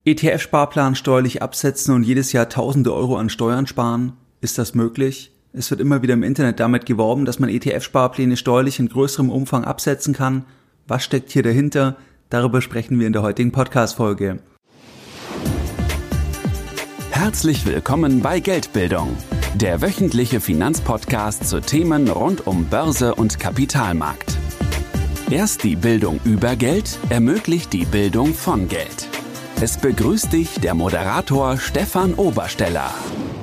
ETF-Sparplan steuerlich absetzen und jedes Jahr Tausende Euro an Steuern sparen? Ist das möglich? Es wird immer wieder im Internet damit geworben, dass man ETF-Sparpläne steuerlich in größerem Umfang absetzen kann. Was steckt hier dahinter? Darüber sprechen wir in der heutigen Podcast-Folge. Herzlich willkommen bei Geldbildung, der wöchentliche Finanzpodcast zu Themen rund um Börse und Kapitalmarkt. Erst die Bildung über Geld ermöglicht die Bildung von Geld. Es begrüßt dich der Moderator Stefan Obersteller.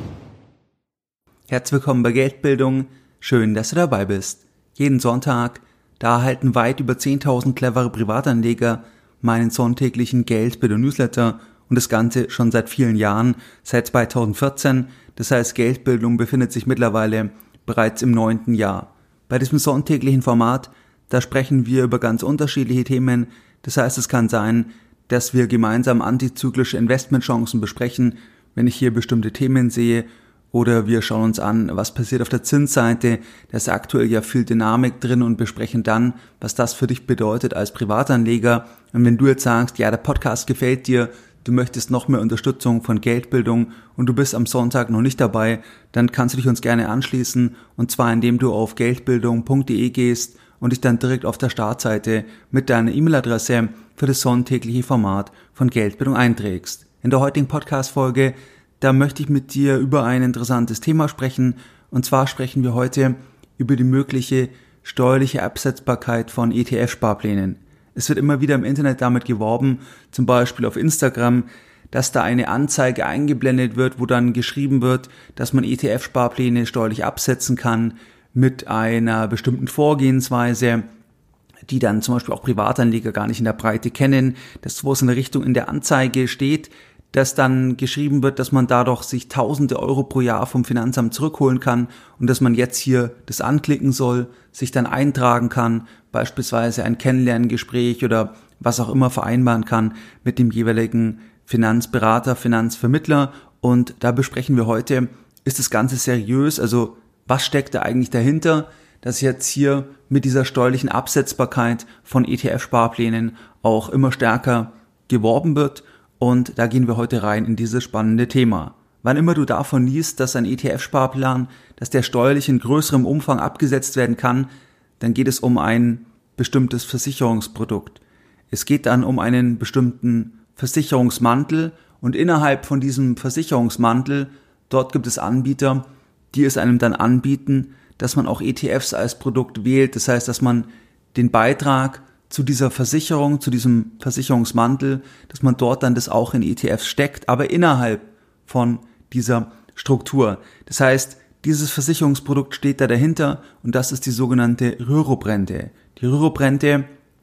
Herzlich willkommen bei Geldbildung. Schön, dass du dabei bist. Jeden Sonntag, da erhalten weit über 10.000 clevere Privatanleger meinen sonntäglichen Geldbildung-Newsletter und das Ganze schon seit vielen Jahren, seit 2014. Das heißt, Geldbildung befindet sich mittlerweile bereits im 9. Jahr. Bei diesem sonntäglichen Format, da sprechen wir über ganz unterschiedliche Themen. Das heißt, es kann sein, dass wir gemeinsam antizyklische Investmentchancen besprechen, wenn ich hier bestimmte Themen sehe, oder wir schauen uns an, was passiert auf der Zinsseite. Da ist aktuell ja viel Dynamik drin und besprechen dann, was das für dich bedeutet als Privatanleger. Und wenn du jetzt sagst, ja, der Podcast gefällt dir, du möchtest noch mehr Unterstützung von Geldbildung und du bist am Sonntag noch nicht dabei, dann kannst du dich uns gerne anschließen, und zwar indem du auf geldbildung.de gehst und dich dann direkt auf der Startseite mit deiner E-Mail-Adresse für das sonntägliche Format von Geldbildung einträgst. In der heutigen Podcast-Folge, da möchte ich mit dir über ein interessantes Thema sprechen, und zwar sprechen wir heute über die mögliche steuerliche Absetzbarkeit von ETF-Sparplänen. Es wird immer wieder im Internet damit geworben, zum Beispiel auf Instagram, dass da eine Anzeige eingeblendet wird, wo dann geschrieben wird, dass man ETF-Sparpläne steuerlich absetzen kann mit einer bestimmten Vorgehensweise, die dann zum Beispiel auch Privatanleger gar nicht in der Breite kennen. Das, wo es in der Richtung in der Anzeige steht, dass dann geschrieben wird, dass man dadurch sich Tausende Euro pro Jahr vom Finanzamt zurückholen kann und dass man jetzt hier das anklicken soll, sich dann eintragen kann, beispielsweise ein Kennenlerngespräch oder was auch immer vereinbaren kann mit dem jeweiligen Finanzberater, Finanzvermittler. Und da besprechen wir heute, ist das Ganze seriös? Also was steckt da eigentlich dahinter, dass jetzt hier mit dieser steuerlichen Absetzbarkeit von ETF-Sparplänen auch immer stärker geworben wird? Und da gehen wir heute rein in dieses spannende Thema. Wann immer du davon liest, dass ein ETF-Sparplan, dass der steuerlich in größerem Umfang abgesetzt werden kann, dann geht es um ein bestimmtes Versicherungsprodukt. Es geht dann um einen bestimmten Versicherungsmantel, und innerhalb von diesem Versicherungsmantel, dort gibt es Anbieter, die es einem dann anbieten, dass man auch ETFs als Produkt wählt. Das heißt, dass man den Beitrag zu dieser Versicherung, zu diesem Versicherungsmantel, dass man dort dann das auch in ETFs steckt, aber innerhalb von dieser Struktur. Das heißt, dieses Versicherungsprodukt steht da dahinter, und das ist die sogenannte Rürup-Rente. Die Rürup-Rente,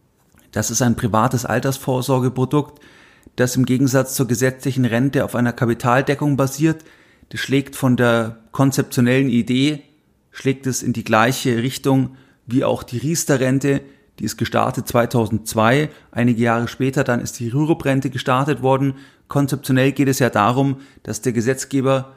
das ist ein privates Altersvorsorgeprodukt, das im Gegensatz zur gesetzlichen Rente auf einer Kapitaldeckung basiert. Das schlägt von der konzeptionellen Idee, schlägt es in die gleiche Richtung wie auch die Riester-Rente. Die ist gestartet 2002, einige Jahre später dann ist die Rürup-Rente gestartet worden. Konzeptionell geht es ja darum, dass der Gesetzgeber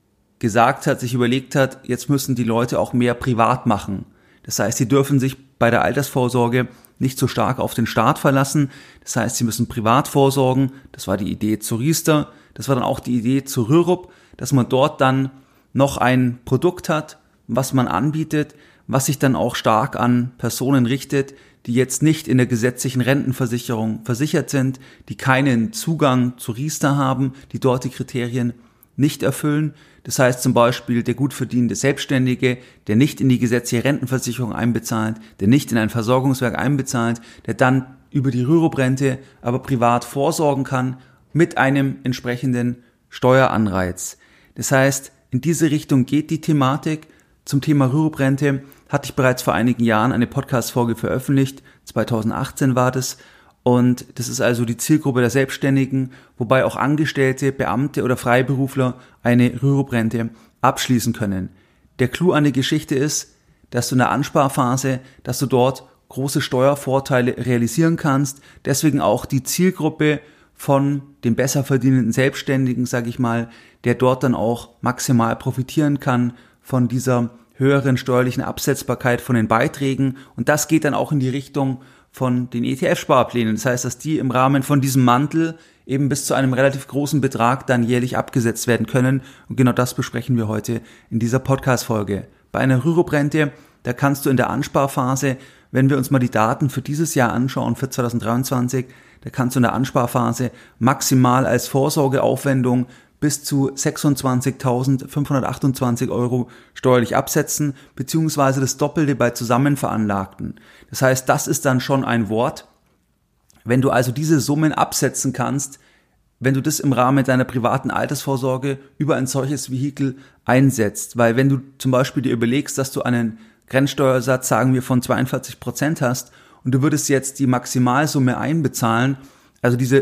gesagt hat, sich überlegt hat, jetzt müssen die Leute auch mehr privat machen. Das heißt, sie dürfen sich bei der Altersvorsorge nicht so stark auf den Staat verlassen. Das heißt, sie müssen privat vorsorgen. Das war die Idee zu Riester. Das war dann auch die Idee zu Rürup, dass man dort dann noch ein Produkt hat, was man anbietet, was sich dann auch stark an Personen richtet, die jetzt nicht in der gesetzlichen Rentenversicherung versichert sind, die keinen Zugang zu Riester haben, die dort die Kriterien nicht erfüllen. Das heißt zum Beispiel der gut verdienende Selbstständige, der nicht in die gesetzliche Rentenversicherung einbezahlt, der nicht in ein Versorgungswerk einbezahlt, der dann über die Rürup-Rente aber privat vorsorgen kann mit einem entsprechenden Steueranreiz. Das heißt, in diese Richtung geht die Thematik. Zum Thema Rürup-Rente hatte ich bereits vor einigen Jahren eine Podcast-Folge veröffentlicht, 2018 war das, und das ist also die Zielgruppe der Selbstständigen, wobei auch Angestellte, Beamte oder Freiberufler eine Rürup-Rente abschließen können. Der Clou an der Geschichte ist, dass du in der Ansparphase, dass du dort große Steuervorteile realisieren kannst, deswegen auch die Zielgruppe von dem besser verdienenden Selbstständigen, sage ich mal, der dort dann auch maximal profitieren kann von dieser höheren steuerlichen Absetzbarkeit von den Beiträgen, und das geht dann auch in die Richtung von den ETF-Sparplänen. Das heißt, dass die im Rahmen von diesem Mantel eben bis zu einem relativ großen Betrag dann jährlich abgesetzt werden können. Und genau das besprechen wir heute in dieser Podcast-Folge. Bei einer Rürup-Rente, da kannst du in der Ansparphase, wenn wir uns mal die Daten für dieses Jahr anschauen, für 2023, da kannst du in der Ansparphase maximal als Vorsorgeaufwendung bis zu 26.528 Euro steuerlich absetzen, beziehungsweise das Doppelte bei Zusammenveranlagten. Das heißt, das ist dann schon ein Wort. Wenn du also diese Summen absetzen kannst, wenn du das im Rahmen deiner privaten Altersvorsorge über ein solches Vehikel einsetzt, weil wenn du zum Beispiel dir überlegst, dass du einen Grenzsteuersatz, sagen wir, von 42% hast und du würdest jetzt die Maximalsumme einbezahlen, also diese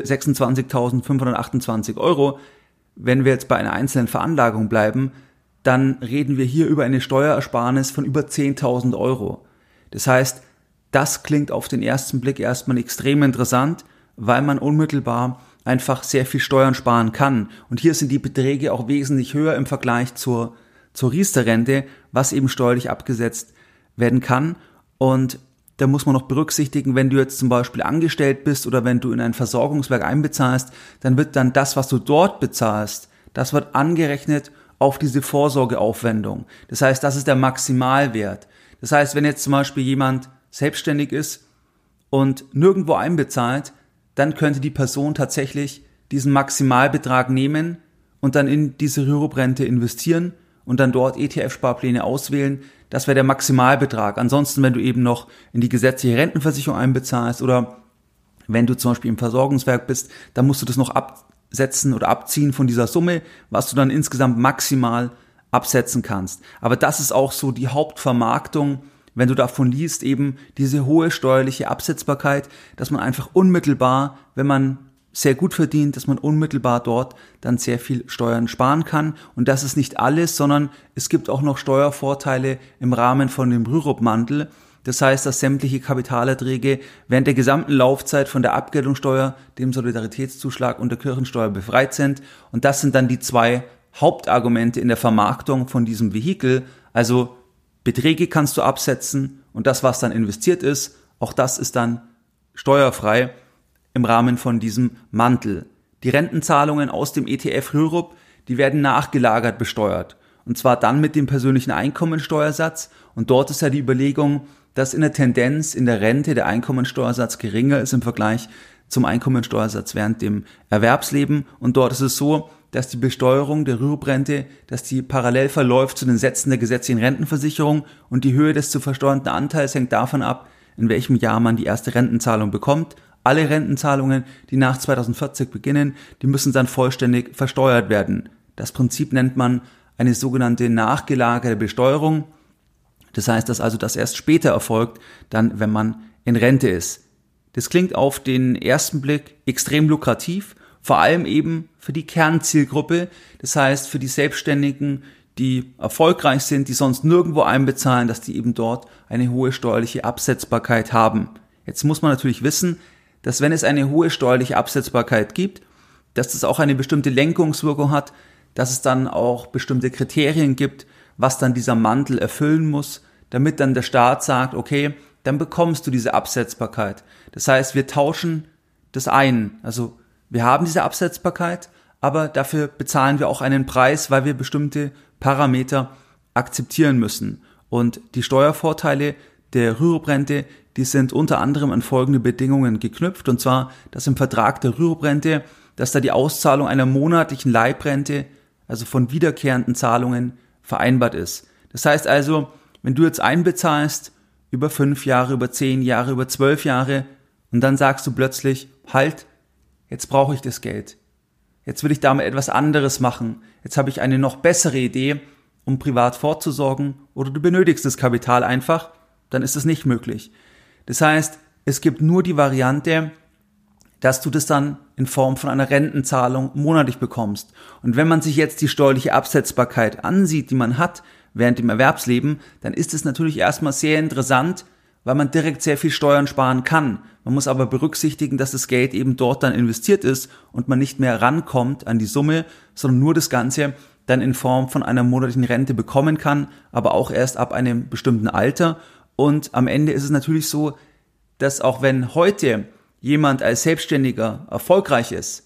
26.528 Euro, wenn wir jetzt bei einer einzelnen Veranlagung bleiben, dann reden wir hier über eine Steuerersparnis von über 10.000 Euro. Das heißt, das klingt auf den ersten Blick erstmal extrem interessant, weil man unmittelbar einfach sehr viel Steuern sparen kann. Und hier sind die Beträge auch wesentlich höher im Vergleich zur Riester-Rente, was eben steuerlich abgesetzt werden kann. Und da muss man noch berücksichtigen, wenn du jetzt zum Beispiel angestellt bist oder wenn du in ein Versorgungswerk einbezahlst, dann wird dann das, was du dort bezahlst, das wird angerechnet auf diese Vorsorgeaufwendung. Das heißt, das ist der Maximalwert. Das heißt, wenn jetzt zum Beispiel jemand selbstständig ist und nirgendwo einbezahlt, dann könnte die Person tatsächlich diesen Maximalbetrag nehmen und dann in diese Rürup-Rente investieren und dann dort ETF-Sparpläne auswählen. Das wäre der Maximalbetrag. Ansonsten, wenn du eben noch in die gesetzliche Rentenversicherung einbezahlst oder wenn du zum Beispiel im Versorgungswerk bist, dann musst du das noch absetzen oder abziehen von dieser Summe, was du dann insgesamt maximal absetzen kannst. Aber das ist auch so die Hauptvermarktung, wenn du davon liest, eben diese hohe steuerliche Absetzbarkeit, dass man einfach unmittelbar, wenn man sehr gut verdient, dass man unmittelbar dort dann sehr viel Steuern sparen kann. Und das ist nicht alles, sondern es gibt auch noch Steuervorteile im Rahmen von dem Rürup-Mantel. Das heißt, dass sämtliche Kapitalerträge während der gesamten Laufzeit von der Abgeltungssteuer, dem Solidaritätszuschlag und der Kirchensteuer befreit sind. Und das sind dann die zwei Hauptargumente in der Vermarktung von diesem Vehikel. Also Beträge kannst du absetzen und das, was dann investiert ist, auch das ist dann steuerfrei im Rahmen von diesem Mantel. Die Rentenzahlungen aus dem ETF Rürup, die werden nachgelagert besteuert. Und zwar dann mit dem persönlichen Einkommensteuersatz. Und dort ist ja die Überlegung, dass in der Tendenz in der Rente der Einkommensteuersatz geringer ist im Vergleich zum Einkommensteuersatz während dem Erwerbsleben. Und dort ist es so, dass die Besteuerung der Rürup-Rente, dass die parallel verläuft zu den Sätzen der gesetzlichen Rentenversicherung und die Höhe des zu versteuernden Anteils hängt davon ab, in welchem Jahr man die erste Rentenzahlung bekommt. Alle Rentenzahlungen, die nach 2040 beginnen, die müssen dann vollständig versteuert werden. Das Prinzip nennt man eine sogenannte nachgelagerte Besteuerung. Das heißt, dass also das erst später erfolgt, dann wenn man in Rente ist. Das klingt auf den ersten Blick extrem lukrativ, vor allem eben für die Kernzielgruppe, das heißt für die Selbstständigen, die erfolgreich sind, die sonst nirgendwo einbezahlen, dass die eben dort eine hohe steuerliche Absetzbarkeit haben. Jetzt muss man natürlich wissen, dass wenn es eine hohe steuerliche Absetzbarkeit gibt, dass das auch eine bestimmte Lenkungswirkung hat, dass es dann auch bestimmte Kriterien gibt, was dann dieser Mantel erfüllen muss, damit dann der Staat sagt, okay, dann bekommst du diese Absetzbarkeit. Das heißt, wir tauschen das ein. Also wir haben diese Absetzbarkeit, aber dafür bezahlen wir auch einen Preis, weil wir bestimmte Parameter akzeptieren müssen. Und die Steuervorteile der Rürup-Rente, die sind unter anderem an folgende Bedingungen geknüpft. Und zwar, dass im Vertrag der Rürup-Rente, dass da die Auszahlung einer monatlichen Leibrente, also von wiederkehrenden Zahlungen, vereinbart ist. Das heißt also, wenn du jetzt einbezahlst über 5 Jahre, über 10 Jahre, über 12 Jahre und dann sagst du plötzlich, halt, jetzt brauche ich das Geld. Jetzt will ich damit etwas anderes machen. Jetzt habe ich eine noch bessere Idee, um privat vorzusorgen oder du benötigst das Kapital einfach, dann ist es nicht möglich. Das heißt, es gibt nur die Variante, dass du das dann in Form von einer Rentenzahlung monatlich bekommst. Und wenn man sich jetzt die steuerliche Absetzbarkeit ansieht, die man hat während dem Erwerbsleben, dann ist es natürlich erstmal sehr interessant, weil man direkt sehr viel Steuern sparen kann. Man muss aber berücksichtigen, dass das Geld eben dort dann investiert ist und man nicht mehr rankommt an die Summe, sondern nur das Ganze dann in Form von einer monatlichen Rente bekommen kann, aber auch erst ab einem bestimmten Alter. Und am Ende ist es natürlich so, dass auch wenn heute jemand als Selbstständiger erfolgreich ist,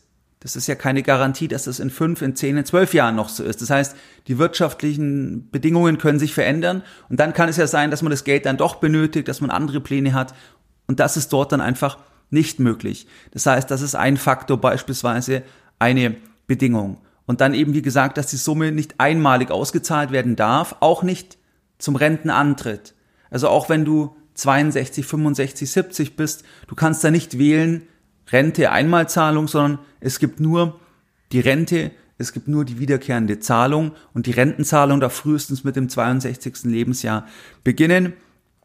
das ist ja keine Garantie, dass das in 5, in 10, in 12 Jahren noch so ist. Das heißt, die wirtschaftlichen Bedingungen können sich verändern und dann kann es ja sein, dass man das Geld dann doch benötigt, dass man andere Pläne hat und das ist dort dann einfach nicht möglich. Das heißt, das ist ein Faktor, beispielsweise eine Bedingung. Und dann eben, wie gesagt, dass die Summe nicht einmalig ausgezahlt werden darf, auch nicht zum Rentenantritt. Also auch wenn du 62, 65, 70 bist, du kannst da nicht wählen, Rente, Einmalzahlung, sondern es gibt nur die Rente, es gibt nur die wiederkehrende Zahlung und die Rentenzahlung darf frühestens mit dem 62. Lebensjahr beginnen.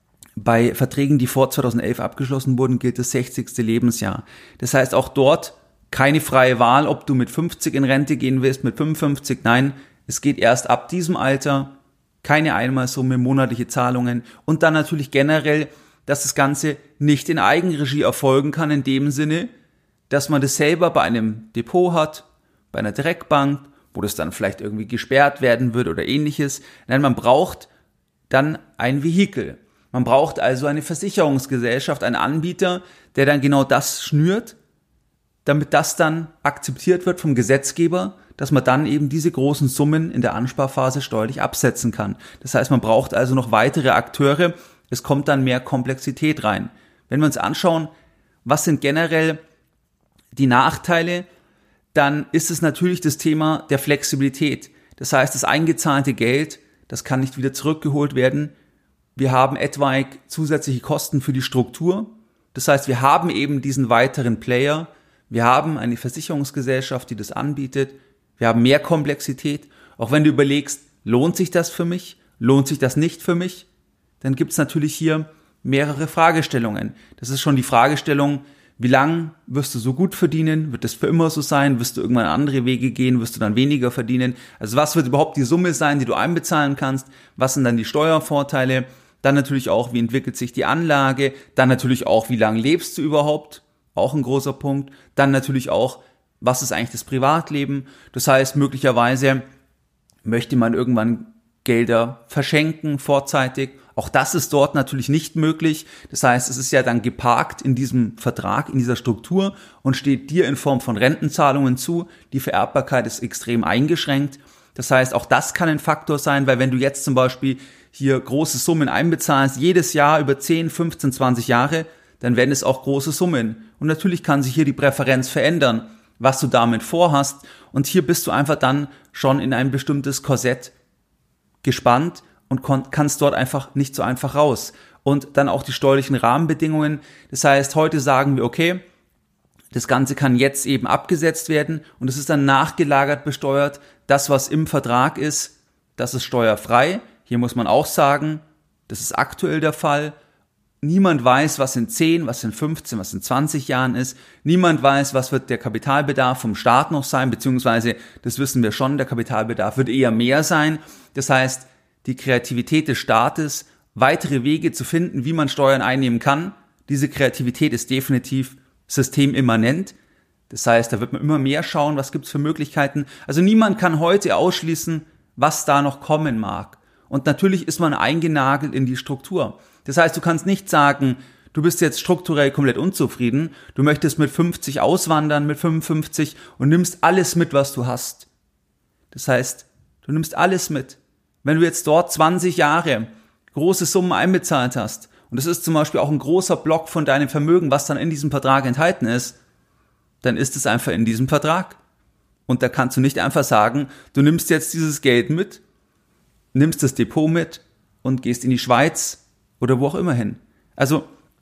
Bei Verträgen, die vor 2011 abgeschlossen wurden, gilt das 60. Lebensjahr. Das heißt auch dort keine freie Wahl, ob du mit 50 in Rente gehen willst, mit 55, nein, es geht erst ab diesem Alter, keine Einmalsumme, monatliche Zahlungen und dann natürlich generell, dass das Ganze nicht in Eigenregie erfolgen kann, in dem Sinne, dass man das selber bei einem Depot hat, bei einer Direktbank, wo das dann vielleicht irgendwie gesperrt werden wird oder ähnliches. Nein, man braucht dann ein Vehikel. Man braucht also eine Versicherungsgesellschaft, einen Anbieter, der dann genau das schnürt, damit das dann akzeptiert wird vom Gesetzgeber, dass man dann eben diese großen Summen in der Ansparphase steuerlich absetzen kann. Das heißt, man braucht also noch weitere Akteure, es kommt dann mehr Komplexität rein. Wenn wir uns anschauen, was sind generell die Nachteile, dann ist es natürlich das Thema der Flexibilität. Das heißt, das eingezahlte Geld, das kann nicht wieder zurückgeholt werden. Wir haben etwaig zusätzliche Kosten für die Struktur. Das heißt, wir haben eben diesen weiteren Player. Wir haben eine Versicherungsgesellschaft, die das anbietet. Wir haben mehr Komplexität. Auch wenn du überlegst, lohnt sich das für mich? Lohnt sich das nicht für mich? Dann gibt es natürlich hier mehrere Fragestellungen. Das ist schon die Fragestellung, wie lang wirst du so gut verdienen? Wird das für immer so sein? Wirst du irgendwann andere Wege gehen? Wirst du dann weniger verdienen? Also was wird überhaupt die Summe sein, die du einbezahlen kannst? Was sind dann die Steuervorteile? Dann natürlich auch, wie entwickelt sich die Anlage? Dann natürlich auch, wie lange lebst du überhaupt? Auch ein großer Punkt. Dann natürlich auch, was ist eigentlich das Privatleben? Das heißt, möglicherweise möchte man irgendwann Gelder verschenken, vorzeitig. Auch das ist dort natürlich nicht möglich. Das heißt, es ist ja dann geparkt in diesem Vertrag, in dieser Struktur und steht dir in Form von Rentenzahlungen zu. Die Vererbbarkeit ist extrem eingeschränkt. Das heißt, auch das kann ein Faktor sein, weil wenn du jetzt zum Beispiel hier große Summen einbezahlst, jedes Jahr über 10, 15, 20 Jahre, dann werden es auch große Summen. Und natürlich kann sich hier die Präferenz verändern, was du damit vorhast. Und hier bist du einfach dann schon in ein bestimmtes Korsett gespannt und kannst dort einfach nicht so einfach raus. Und dann auch die steuerlichen Rahmenbedingungen. Das heißt, heute sagen wir, okay, das Ganze kann jetzt eben abgesetzt werden und es ist dann nachgelagert besteuert. Das, was im Vertrag ist, das ist steuerfrei. Hier muss man auch sagen, das ist aktuell der Fall. Niemand weiß, was in 10, was in 15, was in 20 Jahren ist. Niemand weiß, was wird der Kapitalbedarf vom Staat noch sein, beziehungsweise, das wissen wir schon, der Kapitalbedarf wird eher mehr sein. Das heißt, die Kreativität des Staates, weitere Wege zu finden, wie man Steuern einnehmen kann, diese Kreativität ist definitiv systemimmanent. Das heißt, da wird man immer mehr schauen, was gibt's für Möglichkeiten. Also niemand kann heute ausschließen, was da noch kommen mag. Und natürlich ist man eingenagelt in die Struktur. Das heißt, du kannst nicht sagen, du bist jetzt strukturell komplett unzufrieden, du möchtest mit 50 auswandern, mit 55 und nimmst alles mit, was du hast. Das heißt, du nimmst alles mit. Wenn du jetzt dort 20 Jahre große Summen einbezahlt hast, und das ist zum Beispiel auch ein großer Block von deinem Vermögen, was dann in diesem Vertrag enthalten ist, dann ist es einfach in diesem Vertrag. Und da kannst du nicht einfach sagen, du nimmst jetzt dieses Geld mit, nimmst das Depot mit und gehst in die Schweiz oder wo auch immer hin. Also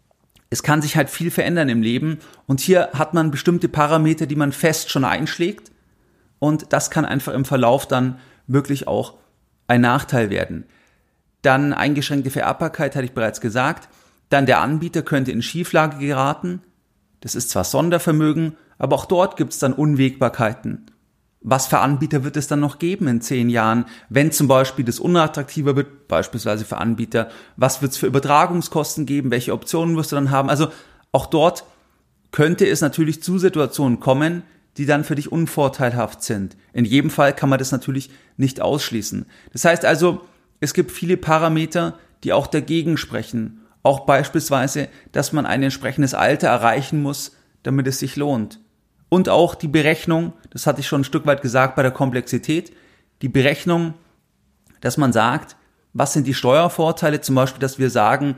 es kann sich halt viel verändern im Leben und hier hat man bestimmte Parameter, die man fest schon einschlägt und das kann einfach im Verlauf dann wirklich auch ein Nachteil werden. Dann eingeschränkte Vererbbarkeit, hatte ich bereits gesagt. Dann der Anbieter könnte in Schieflage geraten. Das ist zwar Sondervermögen, aber auch dort gibt es dann Unwägbarkeiten. Was für Anbieter wird es dann noch geben in 10 Jahren, wenn zum Beispiel das unattraktiver wird, beispielsweise für Anbieter? Was wird es für Übertragungskosten geben? Welche Optionen wirst du dann haben? Also auch dort könnte es natürlich zu Situationen kommen, die dann für dich unvorteilhaft sind. In jedem Fall kann man das natürlich nicht ausschließen. Das heißt also, es gibt viele Parameter, die auch dagegen sprechen. Auch beispielsweise, dass man ein entsprechendes Alter erreichen muss, damit es sich lohnt. Und auch die Berechnung, das hatte ich schon ein Stück weit gesagt bei der Komplexität, die Berechnung, dass man sagt, was sind die Steuervorteile, zum Beispiel, dass wir sagen,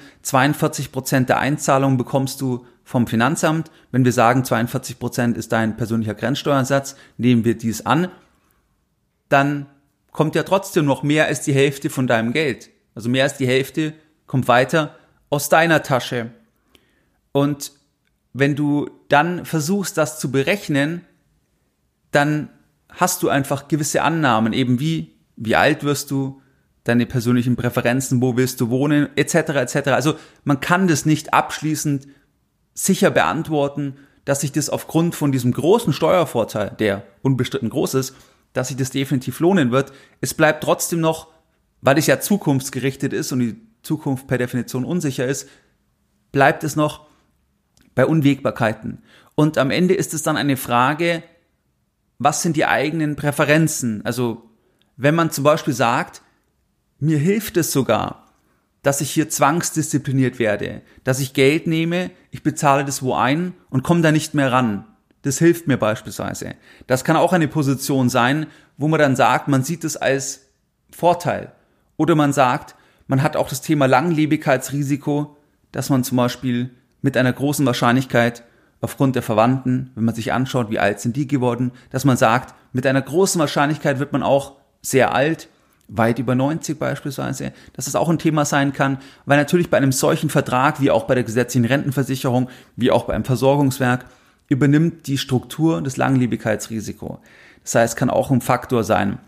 42% der Einzahlungen bekommst du vom Finanzamt. Wenn wir sagen, 42% ist dein persönlicher Grenzsteuersatz, nehmen wir dies an, dann kommt ja trotzdem noch mehr als die Hälfte von deinem Geld. Also mehr als die Hälfte kommt weiter aus deiner Tasche. Und wenn du dann versuchst, das zu berechnen, dann hast du einfach gewisse Annahmen, eben wie alt wirst du, deine persönlichen Präferenzen, wo willst du wohnen, etc. etc. Also man kann das nicht abschließend sicher beantworten, dass sich das aufgrund von diesem großen Steuervorteil, der unbestritten groß ist, dass sich das definitiv lohnen wird. Es bleibt trotzdem noch, weil es ja zukunftsgerichtet ist und die Zukunft per Definition unsicher ist, bleibt es noch bei Unwägbarkeiten. Und am Ende ist es dann eine Frage, was sind die eigenen Präferenzen? Also wenn man zum Beispiel sagt, mir hilft es sogar, dass ich hier zwangsdiszipliniert werde, dass ich Geld nehme, ich bezahle das wo ein und komme da nicht mehr ran. Das hilft mir beispielsweise. Das kann auch eine Position sein, wo man dann sagt, man sieht es als Vorteil. Oder man sagt, man hat auch das Thema Langlebigkeitsrisiko, dass man zum Beispiel mit einer großen Wahrscheinlichkeit aufgrund der Verwandten, wenn man sich anschaut, wie alt sind die geworden, dass man sagt, mit einer großen Wahrscheinlichkeit wird man auch sehr alt, weit über 90 beispielsweise, dass das auch ein Thema sein kann, weil natürlich bei einem solchen Vertrag, wie auch bei der gesetzlichen Rentenversicherung, wie auch bei einem Versorgungswerk, übernimmt die Struktur das Langlebigkeitsrisiko. Das heißt, kann auch ein Faktor sein.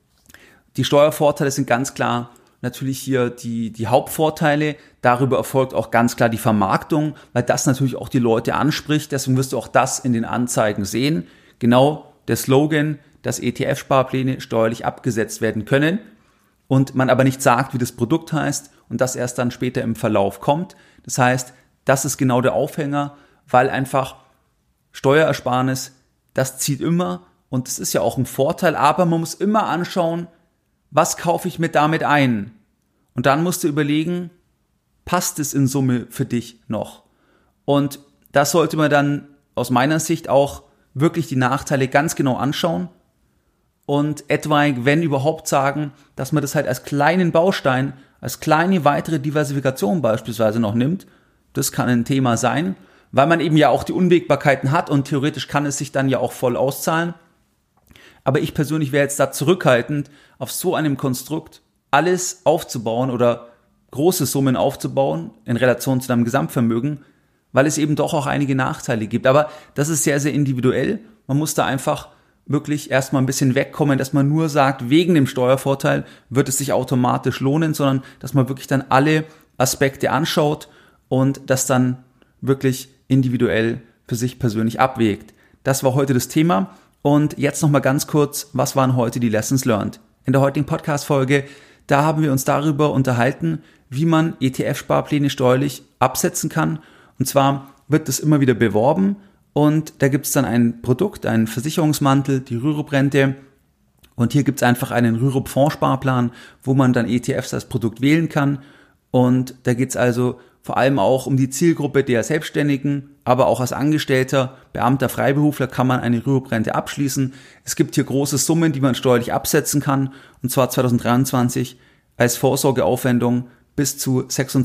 Die Steuervorteile sind ganz klar natürlich hier die Hauptvorteile. Darüber erfolgt auch ganz klar die Vermarktung, weil das natürlich auch die Leute anspricht. Deswegen wirst du auch das in den Anzeigen sehen. Genau der Slogan, dass ETF-Sparpläne steuerlich abgesetzt werden können und man aber nicht sagt, wie das Produkt heißt und das erst dann später im Verlauf kommt. Das heißt, das ist genau der Aufhänger, weil einfach Steuerersparnis, das zieht immer und das ist ja auch ein Vorteil, aber man muss immer anschauen, was kaufe ich mir damit ein? Und dann musst du überlegen, passt es in Summe für dich noch? Und das sollte man dann aus meiner Sicht auch wirklich die Nachteile ganz genau anschauen und etwaig, wenn überhaupt, sagen, dass man das halt als kleinen Baustein, als kleine weitere Diversifikation beispielsweise noch nimmt. Das kann ein Thema sein, weil man eben ja auch die Unwägbarkeiten hat und theoretisch kann es sich dann ja auch voll auszahlen. Aber ich persönlich wäre jetzt da zurückhaltend, auf so einem Konstrukt alles aufzubauen oder große Summen aufzubauen in Relation zu deinem Gesamtvermögen, weil es eben doch auch einige Nachteile gibt. Aber das ist sehr, sehr individuell. Man muss da einfach wirklich erstmal ein bisschen wegkommen, dass man nur sagt, wegen dem Steuervorteil wird es sich automatisch lohnen, sondern dass man wirklich dann alle Aspekte anschaut und das dann wirklich individuell für sich persönlich abwägt. Das war heute das Thema. Und jetzt nochmal ganz kurz, was waren heute die Lessons learned? In der heutigen Podcast-Folge, da haben wir uns darüber unterhalten, wie man ETF-Sparpläne steuerlich absetzen kann. Und zwar wird das immer wieder beworben und da gibt es dann ein Produkt, einen Versicherungsmantel, die Rürup-Rente. Und hier gibt es einfach einen Rürup-Fondssparplan, wo man dann ETFs als Produkt wählen kann. Und da geht es also vor allem auch um die Zielgruppe der Selbstständigen, aber auch als Angestellter, Beamter, Freiberufler kann man eine Rürup-Rente abschließen. Es gibt hier große Summen, die man steuerlich absetzen kann, und zwar 2023 als Vorsorgeaufwendung bis zu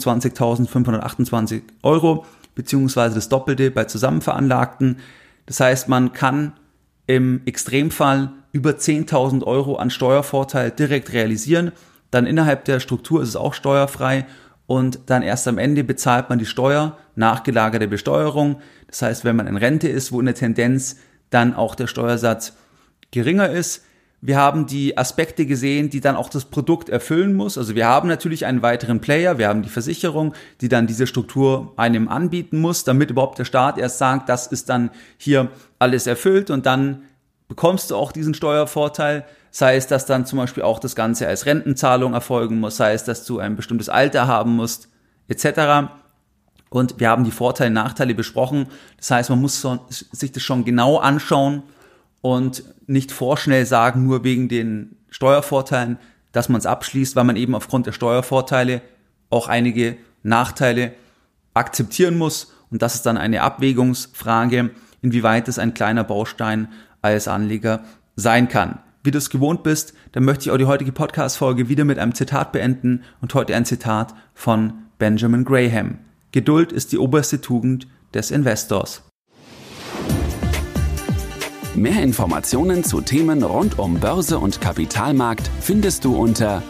26.528 €, beziehungsweise das Doppelte bei Zusammenveranlagten. Das heißt, man kann im Extremfall über 10.000 € an Steuervorteil direkt realisieren. Dann innerhalb der Struktur ist es auch steuerfrei. Und dann erst am Ende bezahlt man die Steuer, nachgelagerte Besteuerung. Das heißt, wenn man in Rente ist, wo in der Tendenz dann auch der Steuersatz geringer ist. Wir haben die Aspekte gesehen, die dann auch das Produkt erfüllen muss. Also wir haben natürlich einen weiteren Player, wir haben die Versicherung, die dann diese Struktur einem anbieten muss, damit überhaupt der Staat erst sagt, das ist dann hier alles erfüllt und dann bekommst du auch diesen Steuervorteil. Sei es, dass dann zum Beispiel auch das Ganze als Rentenzahlung erfolgen muss, sei es, dass du ein bestimmtes Alter haben musst, etc. Und wir haben die Vorteile und Nachteile besprochen. Das heißt, man muss sich das schon genau anschauen und nicht vorschnell sagen, nur wegen den Steuervorteilen, dass man es abschließt, weil man eben aufgrund der Steuervorteile auch einige Nachteile akzeptieren muss. Und das ist dann eine Abwägungsfrage. inwieweit es ein kleiner Baustein als Anleger sein kann. Wie du es gewohnt bist, dann möchte ich auch die heutige Podcast-Folge wieder mit einem Zitat beenden und heute ein Zitat von Benjamin Graham. Geduld ist die oberste Tugend des Investors. Mehr Informationen zu Themen rund um Börse und Kapitalmarkt findest du unter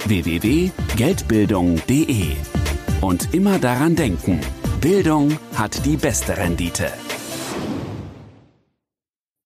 www.geldbildung.de. Und immer daran denken, Bildung hat die beste Rendite.